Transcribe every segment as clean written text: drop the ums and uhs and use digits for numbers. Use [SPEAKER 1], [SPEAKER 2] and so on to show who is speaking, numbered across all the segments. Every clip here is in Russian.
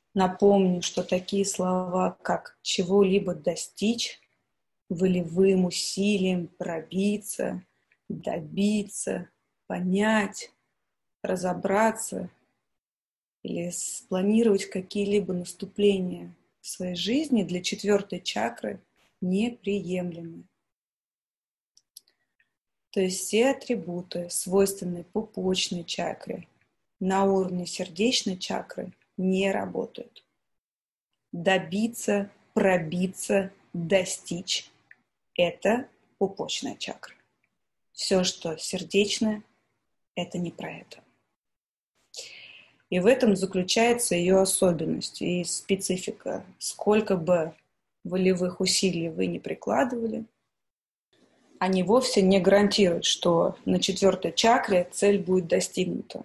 [SPEAKER 1] Напомню, что такие слова, как чего-либо достичь, волевым усилием пробиться, добиться, понять, разобраться или спланировать какие-либо наступления в своей жизни для четвертой чакры неприемлемы. То есть все атрибуты, свойственные пупочной чакре, на уровне сердечной чакры не работают. Добиться, пробиться, достичь – это пупочная чакра. Все, что сердечное, это не про это. И в этом заключается ее особенность и специфика. Сколько бы волевых усилий вы не прикладывали, они вовсе не гарантируют, что на четвертой чакре цель будет достигнута.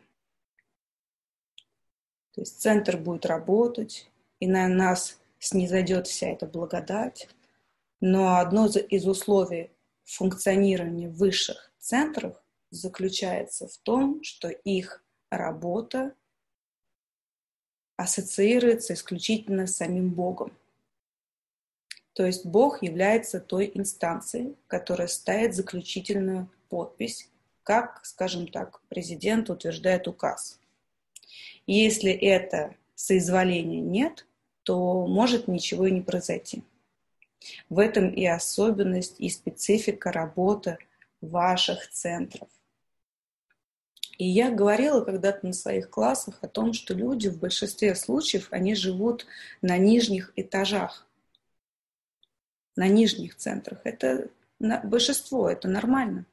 [SPEAKER 1] То есть центр будет работать, и на нас снизойдет вся эта благодать. Но одно из условий функционирования высших центров заключается в том, что их работа ассоциируется исключительно с самим Богом. То есть Бог является той инстанцией, которая ставит заключительную подпись, как, скажем так, президент утверждает указ. И если это соизволения нет, то может ничего и не произойти. В этом и особенность, и специфика работы ваших центров. И я говорила когда-то на своих классах о том, что люди в большинстве случаев, они живут на нижних этажах, на нижних центрах. Это большинство, это нормально.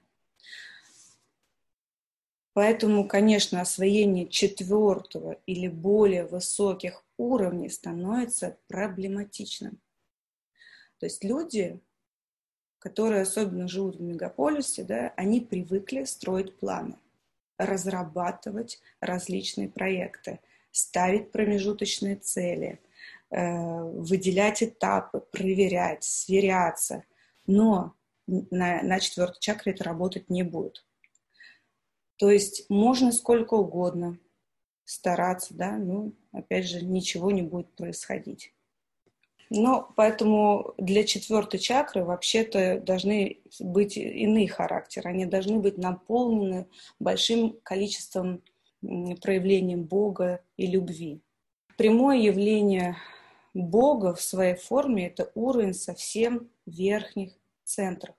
[SPEAKER 1] Поэтому, конечно, освоение четвертого или более высоких уровней становится проблематичным. То есть люди, которые особенно живут в мегаполисе, да, они привыкли строить планы, разрабатывать различные проекты, ставить промежуточные цели, выделять этапы, проверять, сверяться. Но на четвертой чакре это работать не будет. То есть можно сколько угодно стараться, да, но опять же ничего не будет происходить. Но поэтому для четвертой чакры вообще-то должны быть иные характеры. Они должны быть наполнены большим количеством проявлением Бога и любви. Прямое явление Бога в своей форме – это уровень совсем верхних центров.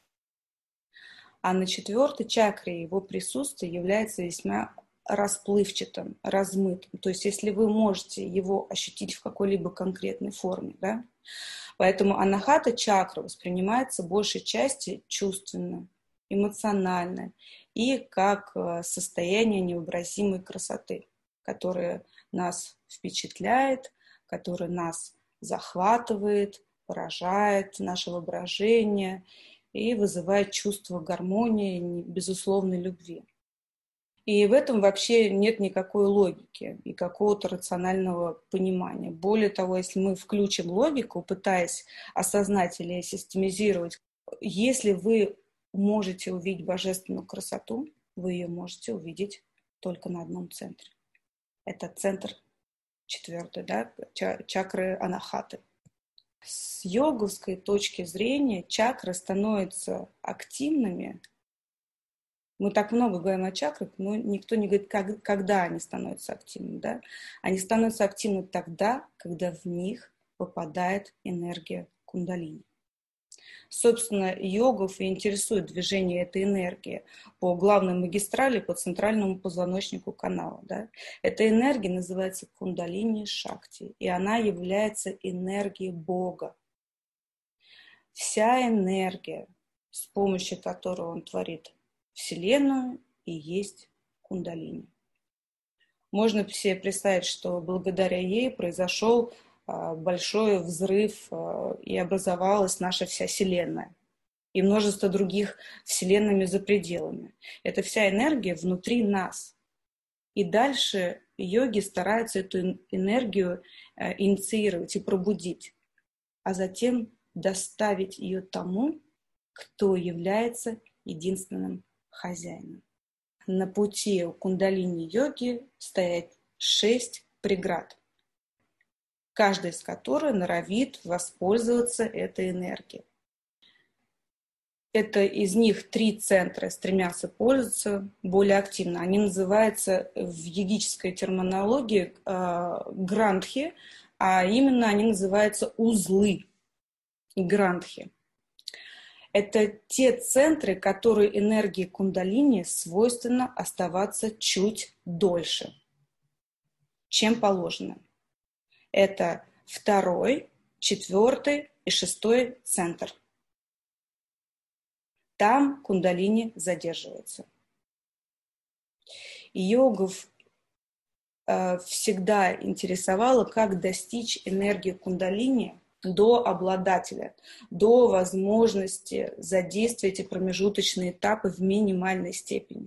[SPEAKER 1] А на четвертой чакре его присутствие является весьма расплывчатым, размытым. То есть если вы можете его ощутить в какой-либо конкретной форме, да? Поэтому анахата чакра воспринимается большей части чувственно, эмоционально и как состояние невообразимой красоты, которое нас впечатляет, которое нас захватывает, поражает наше воображение и вызывает чувство гармонии, безусловной любви. И в этом вообще нет никакой логики и какого-то рационального понимания. Более того, если мы включим логику, пытаясь осознать или системизировать, если вы можете увидеть божественную красоту, вы ее можете увидеть только на одном центре. Это центр четвертой, да, чакры анахаты. С йоговской точки зрения чакры становятся активными. Мы так много говорим о чакрах, но никто не говорит, когда они становятся активными. Да? Они становятся активны тогда, когда в них попадает энергия кундалини. Собственно, йогов и интересует движение этой энергии по главной магистрали, по центральному позвоночнику канала. Да? Эта энергия называется кундалини шакти, и она является энергией Бога. Вся энергия, с помощью которой он творит Вселенную, и есть кундалини. Можно себе представить, что благодаря ей произошел большой взрыв и образовалась наша вся Вселенная и множество других вселенными за пределами. Это вся энергия внутри нас. И дальше йоги стараются эту энергию инициировать и пробудить, а затем доставить ее тому, кто является единственным хозяином. На пути у кундалини-йоги стоят 6 преград. каждый из которых норовит воспользоваться этой энергией. Это из них 3 центра стремятся пользоваться более активно. Они называются в йогической терминологии грандхи, а именно они называются узлы грандхи. Это те центры, которые энергии кундалини свойственно оставаться чуть дольше, чем положено. Это 2, 4 и 6 центр. Там кундалини задерживается. И йогов всегда интересовало, как достичь энергии кундалини до обладателя, до возможности задействовать эти промежуточные этапы в минимальной степени.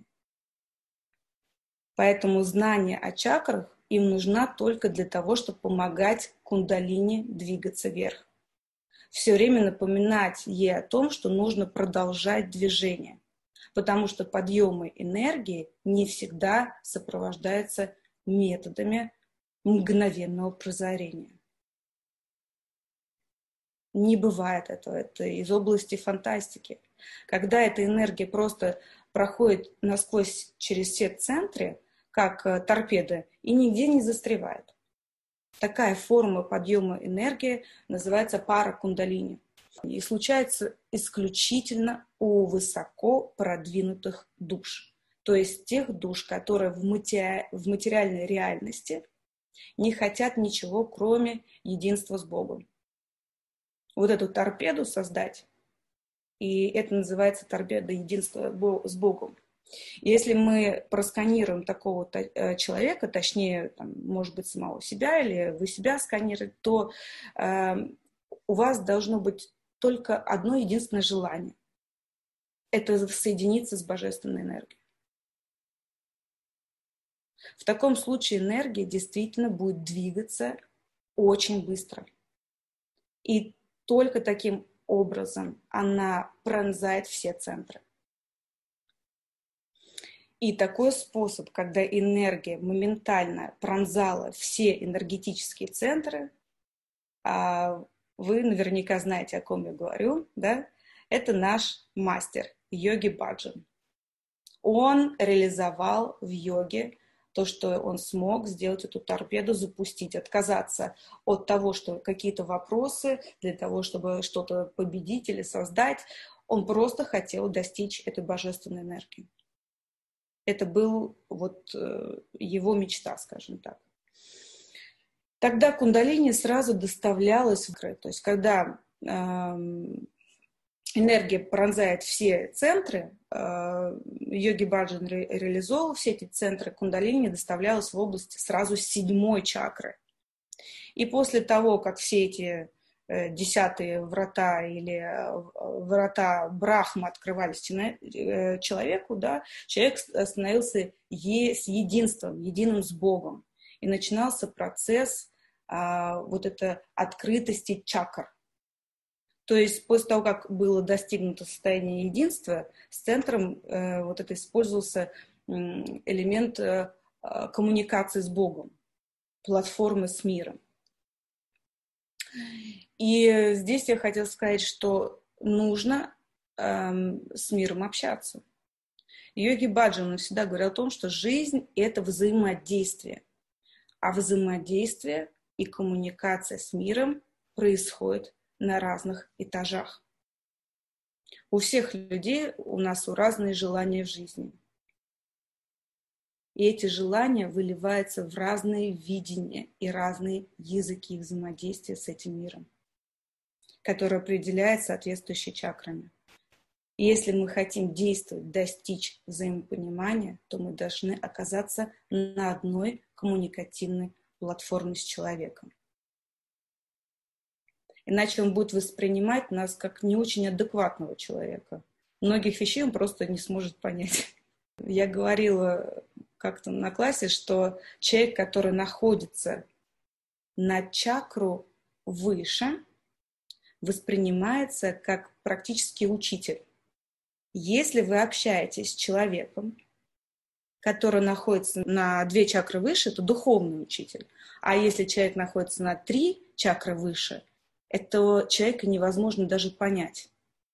[SPEAKER 1] Поэтому знание о чакрах им нужна только для того, чтобы помогать кундалини двигаться вверх. Все время напоминать ей о том, что нужно продолжать движение, потому что подъемы энергии не всегда сопровождаются методами мгновенного прозрения. Не бывает этого, это из области фантастики. Когда эта энергия просто проходит насквозь через все центры, как торпеда, и нигде не застревает. Такая форма подъема энергии называется паракундалини. И случается исключительно у высоко продвинутых душ. То есть тех душ, которые в материальной реальности не хотят ничего, кроме единства с Богом. Вот эту торпеду создать, и это называется торпеда единства с Богом. Если мы просканируем такого человека, точнее, там, может быть, самого себя, или вы себя сканируете, то у вас должно быть только одно единственное желание. Это соединиться с божественной энергией. В таком случае энергия действительно будет двигаться очень быстро. И только таким образом она пронзает все центры. И такой способ, когда энергия моментально пронзала все энергетические центры, вы наверняка знаете, о ком я говорю, да? Это наш мастер Йоги Баджан. Он реализовал в йоге то, что он смог сделать эту торпеду, запустить, отказаться от того, что какие-то вопросы для того, чтобы что-то победить или создать. Он просто хотел достичь этой божественной энергии. Это был вот его мечта, скажем так. Тогда кундалини сразу доставлялась в край. То есть когда энергия пронзает все центры, Йоги Баджан реализовал все эти центры, кундалини доставлялась в область сразу 7 чакры. И после того, как все эти 10-е врата или врата Брахмы открывались человеку, да, человек становился с единством, единым с Богом. И начинался процесс вот этой открытости чакр. То есть после того, как было достигнуто состояние единства, с центром вот это использовался элемент коммуникации с Богом, платформы с миром. И здесь я хотела сказать, что нужно с миром общаться. Йоги Баджан всегда говорил о том, что жизнь – это взаимодействие. А взаимодействие и коммуникация с миром происходит на разных этажах. У всех людей у нас разные желания в жизни. И эти желания выливаются в разные видения и разные языки взаимодействия с этим миром, который определяет соответствующими чакрами. И если мы хотим действовать, достичь взаимопонимания, то мы должны оказаться на одной коммуникативной платформе с человеком. Иначе он будет воспринимать нас как не очень адекватного человека. Многих вещей он просто не сможет понять. Я говорила как-то на классе, что человек, который находится на чакру выше, воспринимается как практически учитель. Если вы общаетесь с человеком, который находится на 2 чакры выше, это духовный учитель. А если человек находится на 3 чакры выше, этого человека невозможно даже понять.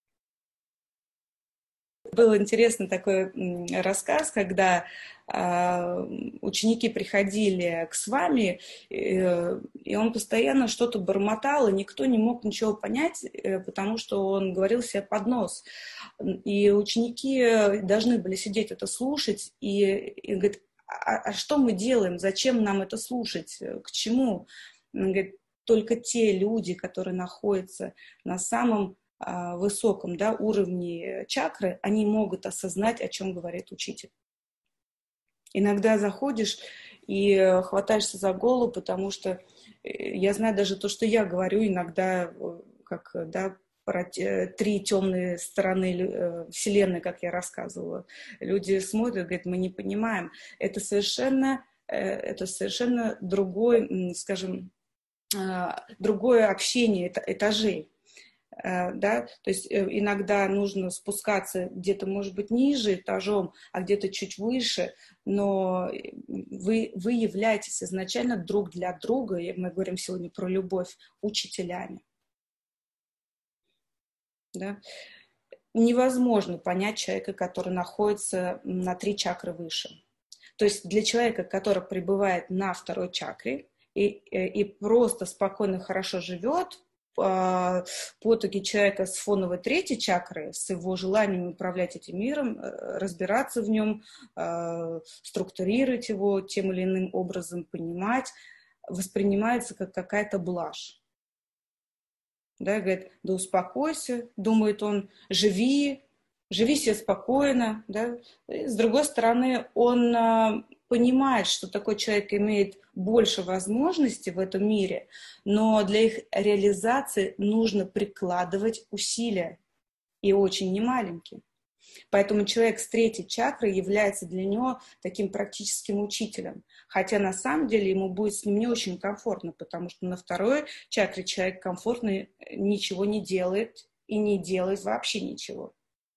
[SPEAKER 1] Был интересный такой рассказ, когда ученики приходили к свами, и он постоянно что-то бормотал, и никто не мог ничего понять, потому что он говорил себе под нос. И ученики должны были сидеть это слушать, и говорит, а что мы делаем, зачем нам это слушать, к чему? Он говорит, только те люди, которые находятся на самом высоком, да, уровне чакры, они могут осознать, о чем говорит учитель. Иногда заходишь и хватаешься за голову, потому что я знаю даже то, что я говорю иногда, как, да, про 3 темные стороны Вселенной, как я рассказывала. Люди смотрят, говорят, мы не понимаем. Это совершенно другой, скажем, другое общение этажей. Да? То есть иногда нужно спускаться где-то, может быть, ниже этажом, а где-то чуть выше, но вы являетесь изначально друг для друга, и мы говорим сегодня про любовь, учителями. Да? Невозможно понять человека, который находится на 3 чакры выше. То есть для человека, который пребывает на 2 чакре и просто спокойно, хорошо живет, потоки человека с фоновой 3 чакры, с его желанием управлять этим миром, разбираться в нем, структурировать его тем или иным образом, понимать, воспринимается как какая-то блажь. Да, говорит, да успокойся, думает он, живи себе спокойно. Да? И с другой стороны, он понимает, что такой человек имеет больше возможностей в этом мире, но для их реализации нужно прикладывать усилия, и очень немаленькие. Поэтому человек с 3 чакры является для него таким практическим учителем. Хотя на самом деле ему будет с ним не очень комфортно, потому что на 2 чакре человек комфортно ничего не делает и не делает вообще ничего.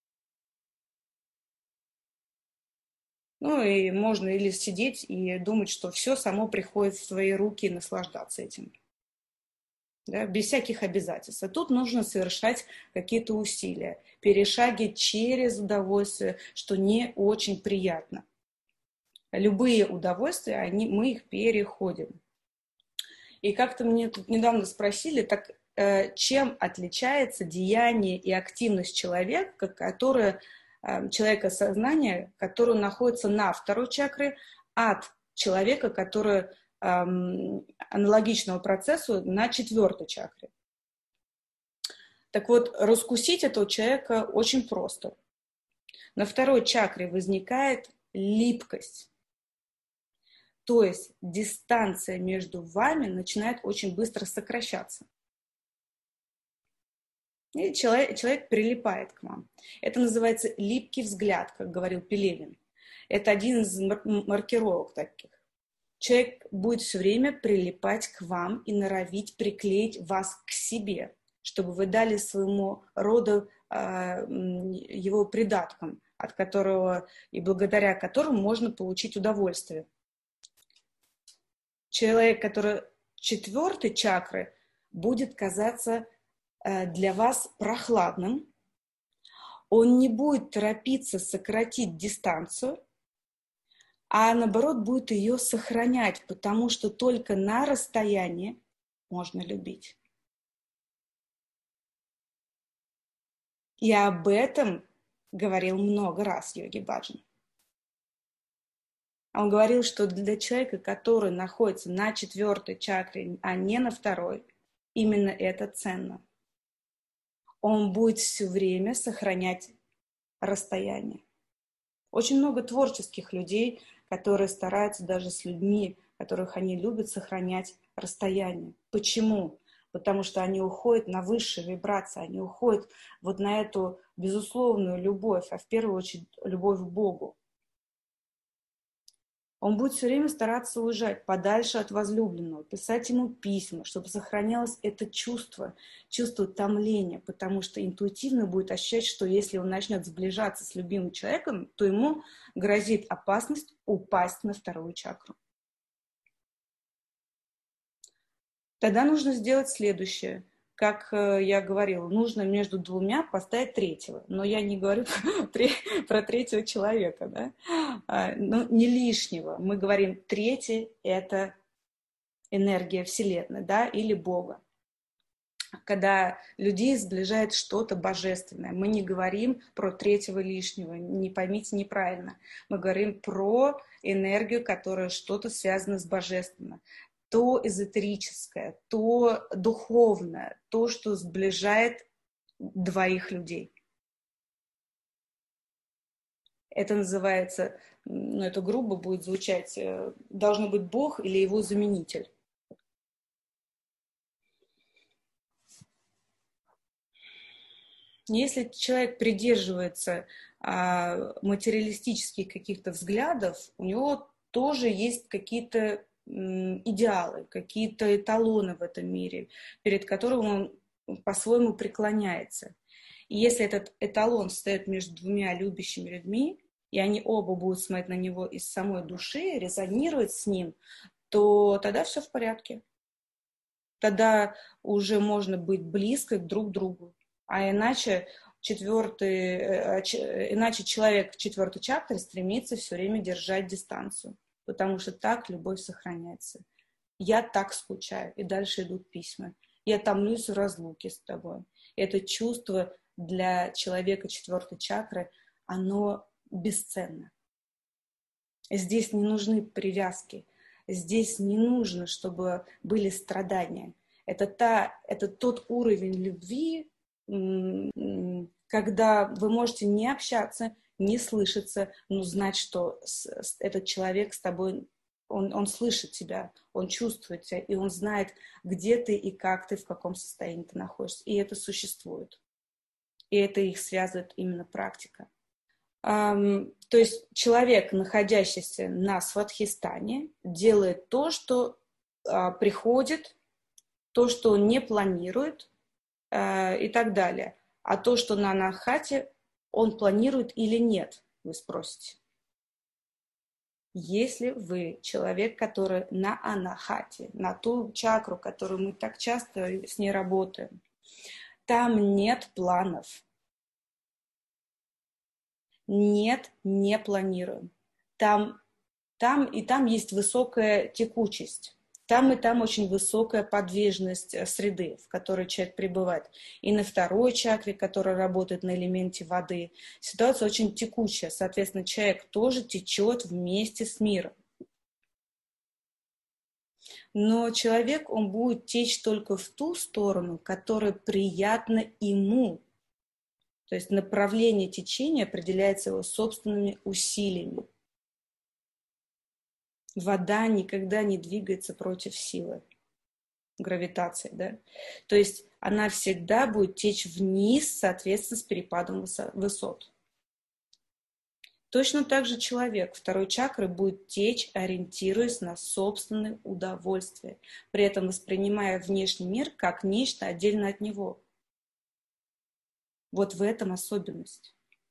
[SPEAKER 1] Ну и можно или сидеть и думать, что все само приходит в твои руки и наслаждаться этим. Да, без всяких обязательств. А тут нужно совершать какие-то усилия, перешагивать через удовольствие, что не очень приятно. Любые удовольствия, мы их переходим. И как-то мне тут недавно спросили, так чем отличается деяние и активность человека, человека сознания, который находится на 2 чакре, от человека, который аналогичного процессу на 4 чакре. Так вот, раскусить этого человека очень просто. На 2 чакре возникает липкость. То есть дистанция между вами начинает очень быстро сокращаться. И человек прилипает к вам. Это называется липкий взгляд, как говорил Пелевин. Это один из маркировок таких. Человек будет все время прилипать к вам и норовить приклеить вас к себе, чтобы вы дали своему роду его придаткам, от которого и благодаря которому можно получить удовольствие. Человек, который 4 чакры, будет казаться для вас прохладным, он не будет торопиться сократить дистанцию, а наоборот будет ее сохранять, потому что только на расстоянии можно любить. И об этом говорил много раз Йоги Баджан. Он говорил, что для человека, который находится на 4 чакре, а не на 2, именно это ценно. Он будет все время сохранять расстояние. Очень много творческих людей, которые стараются даже с людьми, которых они любят, сохранять расстояние. Почему? Потому что они уходят на высшие вибрации, они уходят вот на эту безусловную любовь, а в первую очередь любовь к Богу. Он будет все время стараться уезжать подальше от возлюбленного, писать ему письма, чтобы сохранялось это чувство томления, потому что интуитивно будет ощущать, что если он начнет сближаться с любимым человеком, то ему грозит опасность упасть на вторую чакру. Тогда нужно сделать следующее. Как я говорила, нужно между двумя поставить третьего. Но я не говорю про третьего человека, да? Ну, не лишнего. Мы говорим, третий – это энергия Вселенной, да, или Бога. Когда людей сближает что-то божественное. Мы не говорим про третьего лишнего, не поймите неправильно. Мы говорим про энергию, которая что-то связано с божественным. То эзотерическое, то духовное, то, что сближает двоих людей. Это называется, ну это грубо будет звучать, должно быть Бог или его заменитель. Если человек придерживается материалистических каких-то взглядов, у него тоже есть какие-то идеалы, какие-то эталоны в этом мире, перед которым он по-своему преклоняется. И если этот эталон стоит между двумя любящими людьми, и они оба будут смотреть на него из самой души, резонировать с ним, то тогда все в порядке. Тогда уже можно быть близко друг к другу. А иначе человек в четвертой чакре стремится все время держать дистанцию, потому что так любовь сохраняется. Я так скучаю, и дальше идут письма. Я томлюсь в разлуке с тобой. Это чувство для человека четвертой чакры, оно бесценно. Здесь не нужны привязки, здесь не нужно, чтобы были страдания. Это тот уровень любви, когда вы можете не общаться, не слышаться, но знать, что этот человек с тобой, он слышит тебя, он чувствует тебя, и он знает, где ты и как ты, в каком состоянии ты находишься. И это существует. И это их связывает именно практика. То есть человек, находящийся на сватхистане, делает то, что приходит, то, что он не планирует, и так далее. А то, что на анахате, он планирует или нет, вы спросите. Если вы человек, который на анахате, на ту чакру, которую мы так часто с ней работаем, там нет планов. Нет, не планируем. Там есть высокая текучесть. Там и там очень высокая подвижность среды, в которой человек пребывает. И на второй чакре, которая работает на элементе воды, ситуация очень текучая. Соответственно, человек тоже течет вместе с миром. Но человек, он будет течь только в ту сторону, которая приятна ему. То есть направление течения определяется его собственными усилиями. Вода никогда не двигается против силы гравитации, да? То есть она всегда будет течь вниз, соответственно, с перепадом высот. Точно так же человек второй чакры будет течь, ориентируясь на собственное удовольствие, при этом воспринимая внешний мир как нечто отдельно от него. Вот в этом особенность.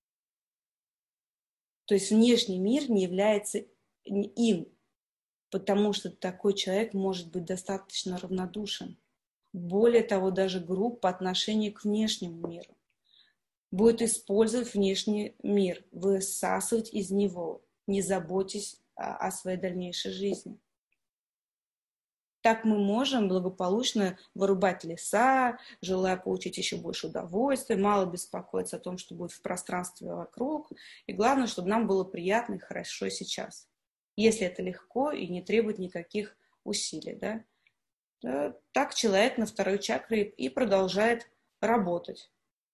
[SPEAKER 1] То есть внешний мир не является им, потому что такой человек может быть достаточно равнодушен. Более того, даже груб по отношению к внешнему миру. Будет использовать внешний мир, высасывать из него, не заботясь о своей дальнейшей жизни. Так мы можем благополучно вырубать леса, желая получить еще больше удовольствия, мало беспокоиться о том, что будет в пространстве вокруг. И главное, чтобы нам было приятно и хорошо сейчас. Если это легко и не требует никаких усилий. Да? Так человек на второй чакре и продолжает работать.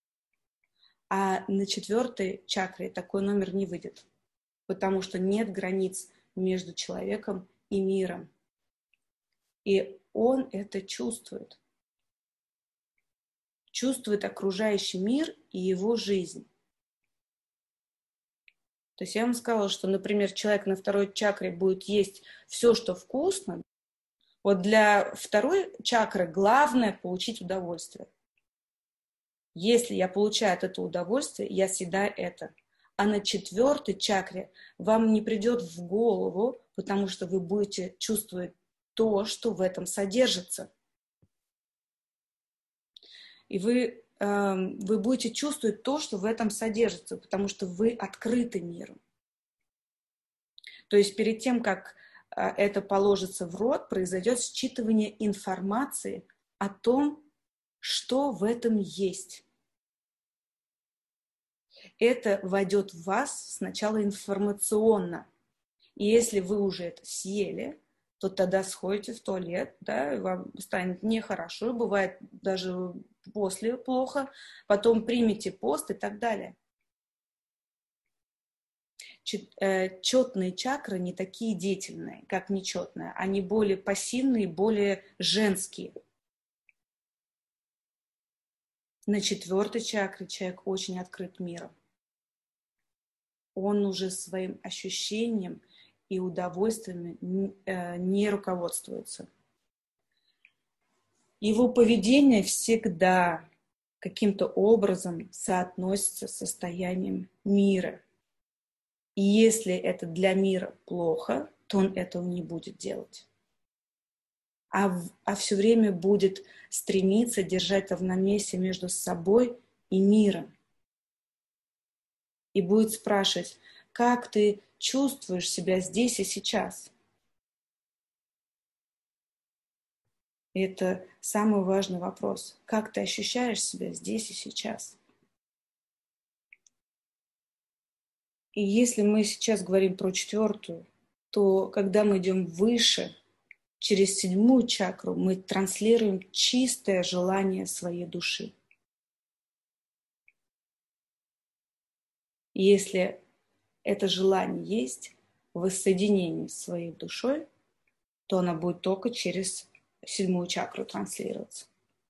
[SPEAKER 1] А на четвертой чакре такой номер не выйдет, потому что нет границ между человеком и миром. И он это чувствует. Чувствует окружающий мир и его жизнь. То есть я вам сказала, что, например, человек на второй чакре будет есть все, что вкусно. Вот для второй чакры главное получить удовольствие. Если я получаю от этого удовольствие, я съедаю это. А на четвертой чакре вам не придет в голову, потому что вы будете чувствовать то, что в этом содержится. И вы будете чувствовать то, что в этом содержится, потому что вы открыты миру. То есть перед тем, как это положится в рот, произойдет считывание информации о том, что в этом есть. Это войдет в вас сначала информационно. И если вы уже это съели, то тогда сходите в туалет, да, и вам станет нехорошо, бывает даже после плохо, потом примите пост и так далее. Четные чакры не такие деятельные, как нечетные. Они более пассивные, более женские. На четвертой чакре человек очень открыт миру. Он уже своим ощущением и удовольствиями не руководствуется. Его поведение всегда каким-то образом соотносится с состоянием мира. И если это для мира плохо, то он этого не будет делать. А все время будет стремиться держать равновесие между собой и миром. И будет спрашивать, как ты чувствуешь себя здесь и сейчас. И это самый важный вопрос. Как ты ощущаешь себя здесь и сейчас? И если мы сейчас говорим про четвертую, то когда мы идем выше, через седьмую чакру, мы транслируем чистое желание своей души. И если это желание есть в воссоединении с своей душой, то она будет только через седьмую чакру транслироваться.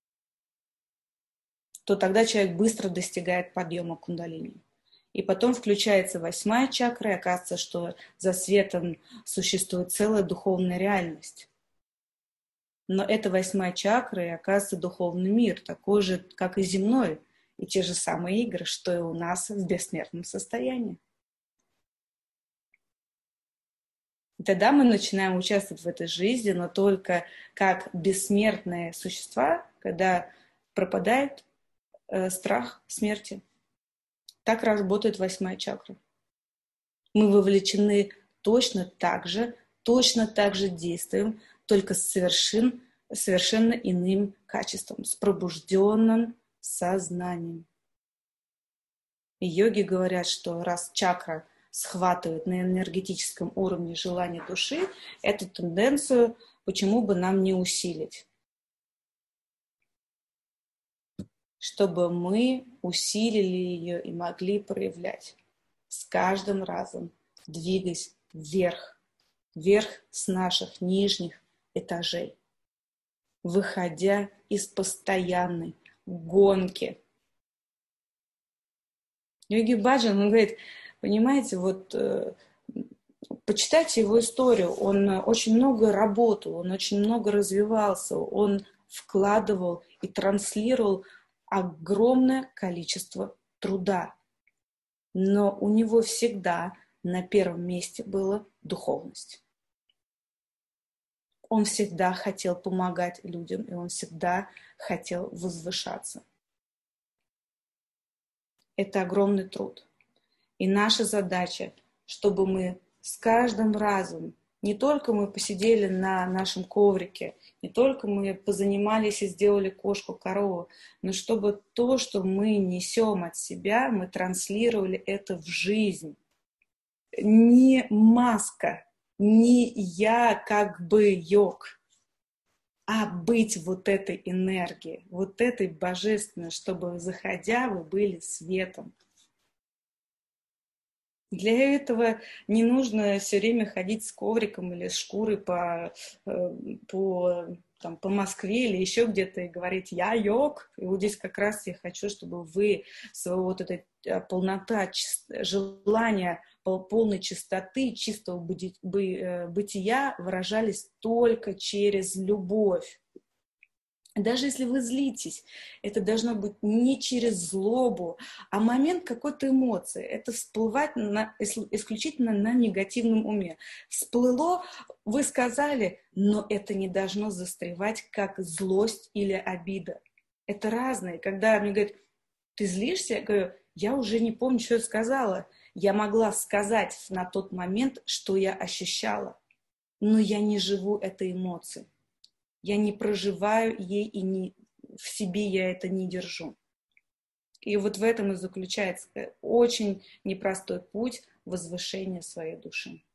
[SPEAKER 1] То тогда человек быстро достигает подъема кундалини. И потом включается восьмая чакра, и оказывается, что за светом существует целая духовная реальность. Но это восьмая чакра, и оказывается духовный мир, такой же, как и земной, и те же самые игры, что и у нас в бессмертном состоянии. И тогда мы начинаем участвовать в этой жизни, но только как бессмертные существа, когда пропадает страх смерти. Так работает восьмая чакра. Мы вовлечены точно так же действуем, только с совершенно иным качеством, с пробужденным сознанием. И йоги говорят, что раз чакра схватывает на энергетическом уровне желание души, эту тенденцию почему бы нам не усилить? Чтобы мы усилили ее и могли проявлять. С каждым разом двигаясь вверх с наших нижних этажей, выходя из постоянной гонки. Йоги Баджан, он говорит, понимаете, вот почитайте его историю, он очень много работал, он очень много развивался, он вкладывал и транслировал огромное количество труда. Но у него всегда на первом месте была духовность. Он всегда хотел помогать людям, и он всегда хотел возвышаться. Это огромный труд. И наша задача, чтобы мы с каждым разом, не только мы посидели на нашем коврике, не только мы позанимались и сделали кошку-корову, но чтобы то, что мы несем от себя, мы транслировали это в жизнь. Не маска, не я как бы йог, а быть вот этой энергией, вот этой божественной, чтобы, заходя, вы были светом. Для этого не нужно все время ходить с ковриком или с шкурой по Москве или еще где-то и говорить «я йог». И вот здесь как раз я хочу, чтобы вы свою вот эту полнота желания полной чистоты, чистого бытия выражались только через любовь. Даже если вы злитесь, это должно быть не через злобу, а момент какой-то эмоции. Это всплывать исключительно на негативном уме. Всплыло, вы сказали, но это не должно застревать как злость или обида. Это разное. Когда мне говорят, ты злишься? Я говорю, я уже не помню, что я сказала. Я могла сказать на тот момент, что я ощущала, но я не живу этой эмоцией. Я не проживаю ей и в себе я это не держу. И вот в этом и заключается очень непростой путь возвышения своей души.